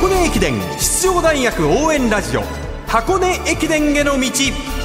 箱根駅伝出場大学応援ラジオ、箱根駅伝への道。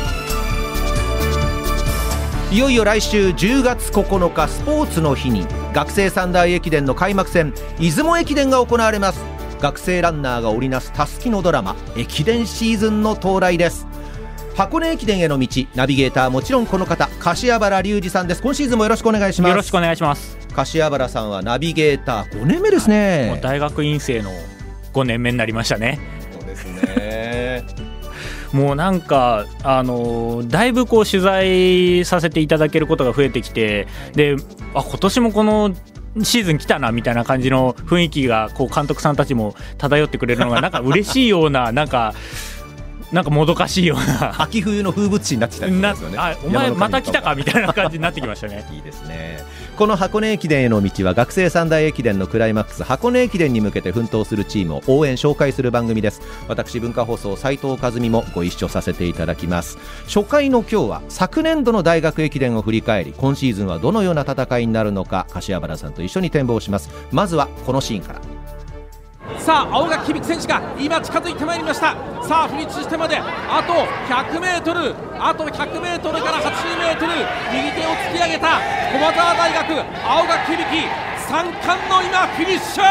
いよいよ来週10月9日スポーツの日に学生三大駅伝の開幕戦、出雲駅伝が行われます。学生ランナーが織りなすたすきのドラマ、駅伝シーズンの到来です。箱根駅伝への道、ナビゲーターはもちろんこの方、柏原隆二さんです。今シーズンもよろしくお願いします。 よろしくお願いします。 柏原さんはナビゲーター5年目ですね。 もう大学院生の5年目になりましたね。 そうですねもうなんかだいぶこう取材させていただけることが増えてきて、で今年もこのシーズン来たなみたいな感じの雰囲気がこう監督さんたちも漂ってくれるのがなんか嬉しいようななんかもどかしいような秋冬の風物詩になってきたんですよね。 お前また来たかみたいな感じになってきましたね。 いいですね。この箱根駅伝への道は学生三大駅伝のクライマックス箱根駅伝に向けて奮闘するチームを応援紹介する番組です。私文化放送斉藤和美もご一緒させていただきます。初回の今日は昨年度の大学駅伝を振り返り、今シーズンはどのような戦いになるのか柏原さんと一緒に展望します。まずはこのシーンから。 さあ青垣響選手が今近づいてまいりました。さあフィニッシュしてまであと 100m、 あと 100m から 80m、 右手を突き上げた駒澤大学青垣響、3冠の今フィニッシュ。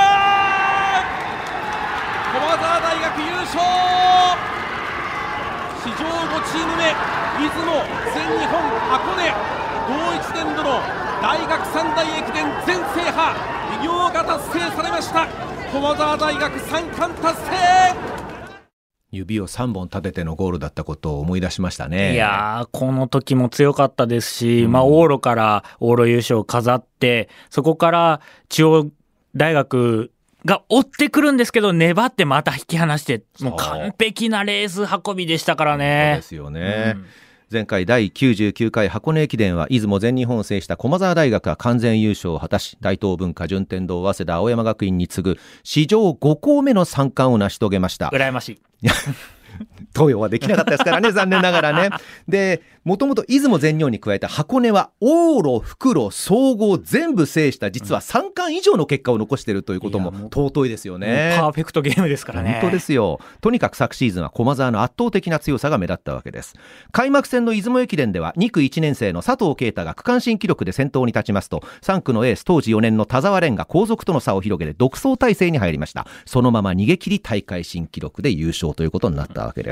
駒澤大学優勝、史上5チーム目、出雲、全日本、箱根同一年度の大学三大駅伝全制覇、偉業が達成されました。駒澤大学3冠達成。 指を3本立ててのゴールだったことを思い出しましたね。 いやこの時も強かったですし、往路から往路優勝を飾って、そこから中央大学が追ってくるんですけど、粘ってまた引き離して、もう完璧なレース運びでしたからね。 そうですよね、前回第99回箱根駅伝は出雲全日本を制した駒澤大学が完全優勝を果たし、大東文化、順天堂、早稲田、青山学院に次ぐ史上5校目の3冠を成し遂げました。 羨ましい。 東洋はできなかったですからね残念ながらね。でもともと出雲全日本に加えて箱根は往路、復路、総合全部制した、実は3冠以上の結果を残しているということも尊いですよね。 パーフェクトゲームですからね。 本当ですよ。とにかく昨シーズンは駒澤の圧倒的な強さが目立ったわけです。開幕戦の出雲駅伝では2区1年生の佐藤圭太が区間新記録で先頭に立ちますと、3区のエース当時4年の田澤廉が後続との差を広げて独走態勢に入りました。そのまま逃げ切り大会新記録で優勝ということになったわけです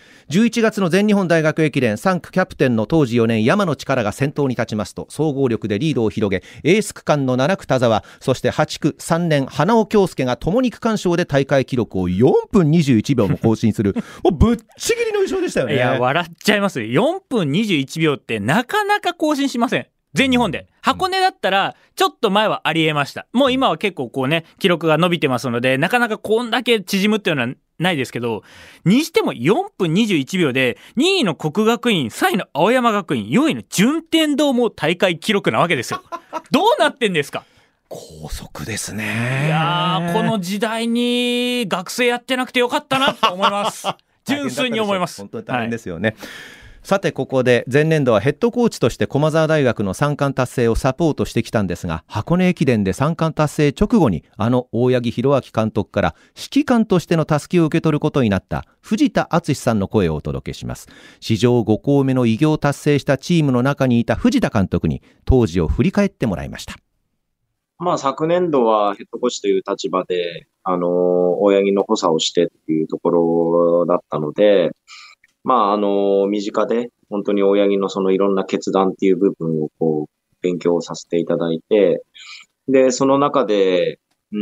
。11月の全日本大学駅伝、3区キャプテンの当時4年山野力が先頭に立ちますと、総合力でリードを広げ、エース区間の7区田澤、そして8区3年花尾恭輔がともに区間賞で大会記録を4分21秒も更新するもうぶっちぎりの優勝でしたよね。 いや笑っちゃいますよ。4分21秒ってなかなか更新しません、全日本で。箱根だったらちょっと前はありえました。もう今は結構こうね記録が伸びてますので、なかなかこんだけ縮むっていうのはないですけど、にしても4分21秒で2位の国学院、3位の青山学院、4位の順天堂も大会記録なわけですよ。どうなってんですか。 高速ですね。 いやこの時代に学生やってなくてよかったなと思います純粋に思います。 本当に大変ですよね、さてここで前年度はヘッドコーチとして駒澤大学の3冠達成をサポートしてきたんですが、箱根駅伝で3冠達成直後に大八木弘明監督から指揮官としてのタスキを受け取ることになった藤田敦さんの声をお届けします。史上5校目の偉業を達成したチームの中にいた藤田監督に当時を振り返ってもらいました。 昨年度はヘッドコーチという立場で大八木の補佐をしてっていうところだったので、身近で本当に大八木のそのいろんな決断っていう部分をこう勉強させていただいて、でその中で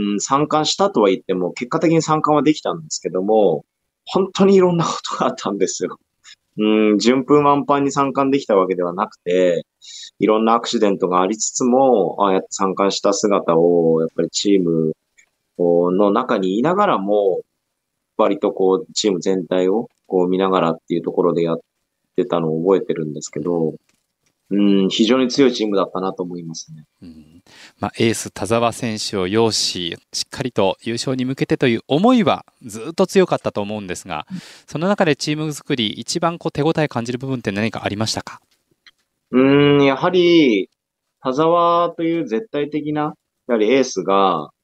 3冠したとは言っても結果的に3冠はできたんですけども、本当にいろんなことがあったんですよ。順風満帆に3冠できたわけではなくて、いろんなアクシデントがありつつも、ああやって3冠した姿をやっぱりチームの中にいながらも、割とこうチーム全体をこう見ながらっていうところでやってたのを覚えてるんですけど、非常に強いチームだったなと思いますね。 エース田澤選手を擁し、しっかりと優勝に向けてという思いはずっと強かったと思うんですが、その中でチーム作り一番手応え感じる部分って何かありましたか？ やはり田澤という絶対的なやはりエースが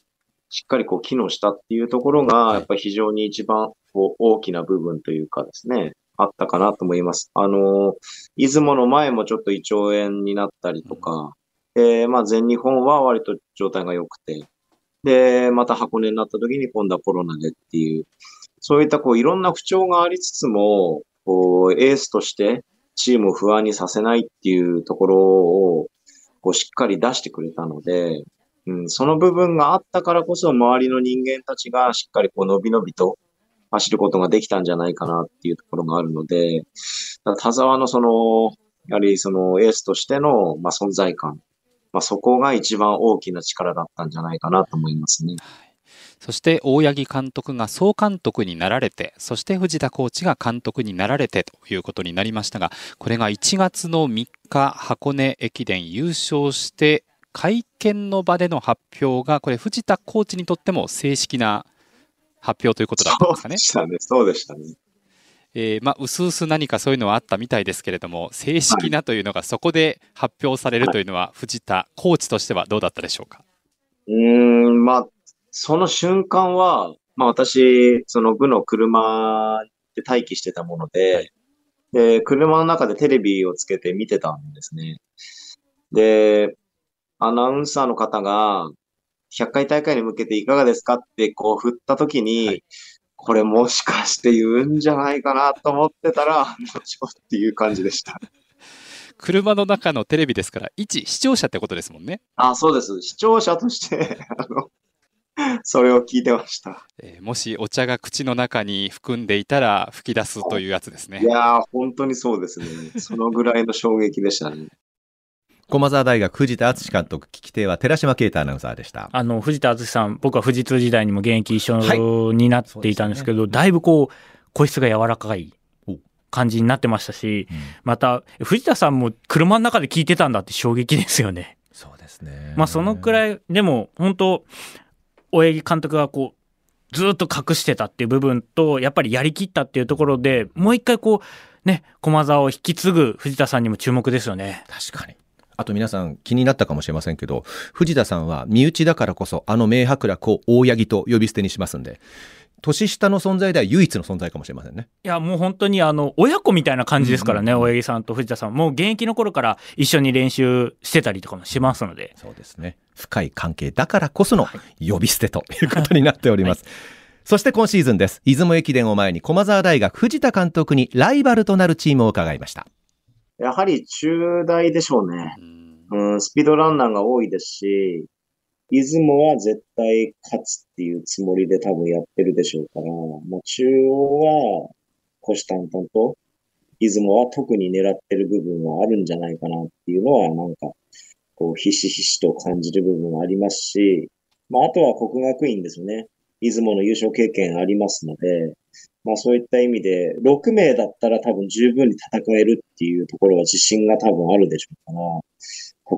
しっかりこう機能したっていうところが、やっぱり非常に一番こう大きな部分というかですね、あったかなと思います。出雲の前もちょっと胃腸炎になったりとか、まあ全日本は割と状態が良くて、で、また箱根になった時に今度はコロナでっていう、そういったこういろんな不調がありつつも、こうエースとしてチームを不安にさせないっていうところをこうしっかり出してくれたので、その部分があったからこそ周りの人間たちがしっかりこう伸び伸びと走ることができたんじゃないかなっていうところがあるので、田澤のやはりそのエースとしてのまあ存在感、まあそこが一番大きな力だったんじゃないかなと思いますね。 そして大八木監督が総監督になられて、そして藤田コーチが監督になられてということになりましたが、これが1月の3日箱根駅伝優勝して会見の場での発表が、これ藤田コーチにとっても正式な発表ということだったんですかね。 そうでしたね。 まあ薄々何かそういうのはあったみたいですけれども、正式なというのがそこで発表されるというのは、藤田コーチとしてはどうだったでしょうか。 まあその瞬間は、まあ私、その部の車で待機してたもので、で、車の中でテレビをつけて見てたんですね。で、アナウンサーの方が、100回大会に向けていかがですかってこう振った時に、これもしかして言うんじゃないかなと思ってたら、っていう感じでした。 車の中のテレビですから、一視聴者ってことですもんね。 そうです。視聴者として、それを聞いてました。 もしお茶が口の中に含んでいたら吹き出すというやつですね。 いやー、本当にそうですね。そのぐらいの衝撃でしたね。 駒澤大学藤田敦監督、聞き手は寺島啓太アナウンサーでした。 藤田敦さん、僕は富士通時代にも現役一緒になっていたんですけど、だいぶこう声質が柔らかい感じになってましたし、また藤田さんも車の中で聞いてたんだって衝撃ですよね。 そうですね。 まあそのくらいでも本当大八木監督がこうずっと隠してたっていう部分と、やっぱりやりきったっていうところで、もう一回こうね、駒澤を引き継ぐ藤田さんにも注目ですよね。 確かに。あと皆さん気になったかもしれませんけど、藤田さんは身内だからこそ明伯楽を大八木と呼び捨てにしますんで、年下の存在では唯一の存在かもしれませんね。 いやもう本当に親子みたいな感じですからね、大八木さんと藤田さんもう現役の頃から一緒に練習してたりとかもしますので。 そうですね、深い関係だからこその呼び捨てということになっております、そして今シーズンです。出雲駅伝を前に駒澤大学藤田監督にライバルとなるチームを伺いました。 やはり中大でしょうね。スピードランナーが多いですし、出雲は絶対勝つっていうつもりで多分やってるでしょうから、まあ、中央は虎視眈々と、出雲は特に狙ってる部分はあるんじゃないかなっていうのはなんか、こう、ひしひしと感じる部分はありますし、まあ、あとは国学院ですよね。出雲の優勝経験ありますので、まあそういった意味で、6名だったら多分十分に戦えるっていうところは自信が多分あるでしょうから、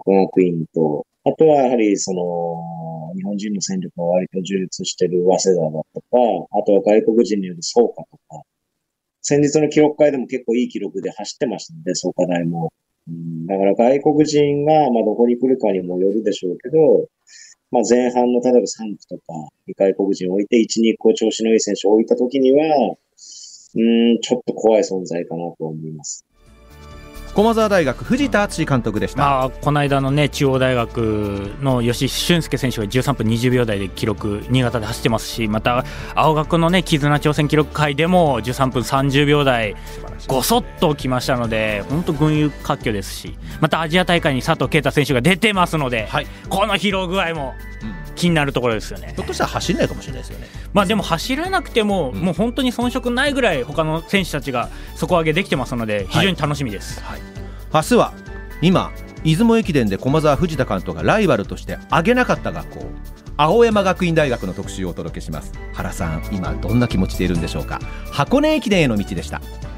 国学院と、あとはやはり日本人の戦力が割と充実している早稲田だとか、あとは外国人による創価とか、先日の記録会でも結構いい記録で走ってましたので、創価大も。だから外国人がまあどこに来るかにもよるでしょうけど、まあ前半の例えば3区とか、外国人を置いて1、2個調子のいい選手を置いたときには、ちょっと怖い存在かなと思います。 駒澤大学藤田敦監督でした。 この間のね、中央大学の吉井俊介選手が13分20秒台で記録新潟で走ってますし、また青学のね絆挑戦記録会でも13分30秒台ごそっと来ましたので、本当群雄割拠ですし、またアジア大会に佐藤圭太選手が出てますので、この疲労具合も気になるところですよね。 ひょっとしたら走れないかもしれないですよね。 まあでも走らなくても、もう本当に遜色ないぐらい他の選手たちが底上げできてますので、非常に楽しみです、 明日は今出雲駅伝で駒澤藤田監督がライバルとして挙げなかった学校、青山学院大学の特集をお届けします。原さん、今どんな気持ちでいるんでしょうか。箱根駅伝への道でした。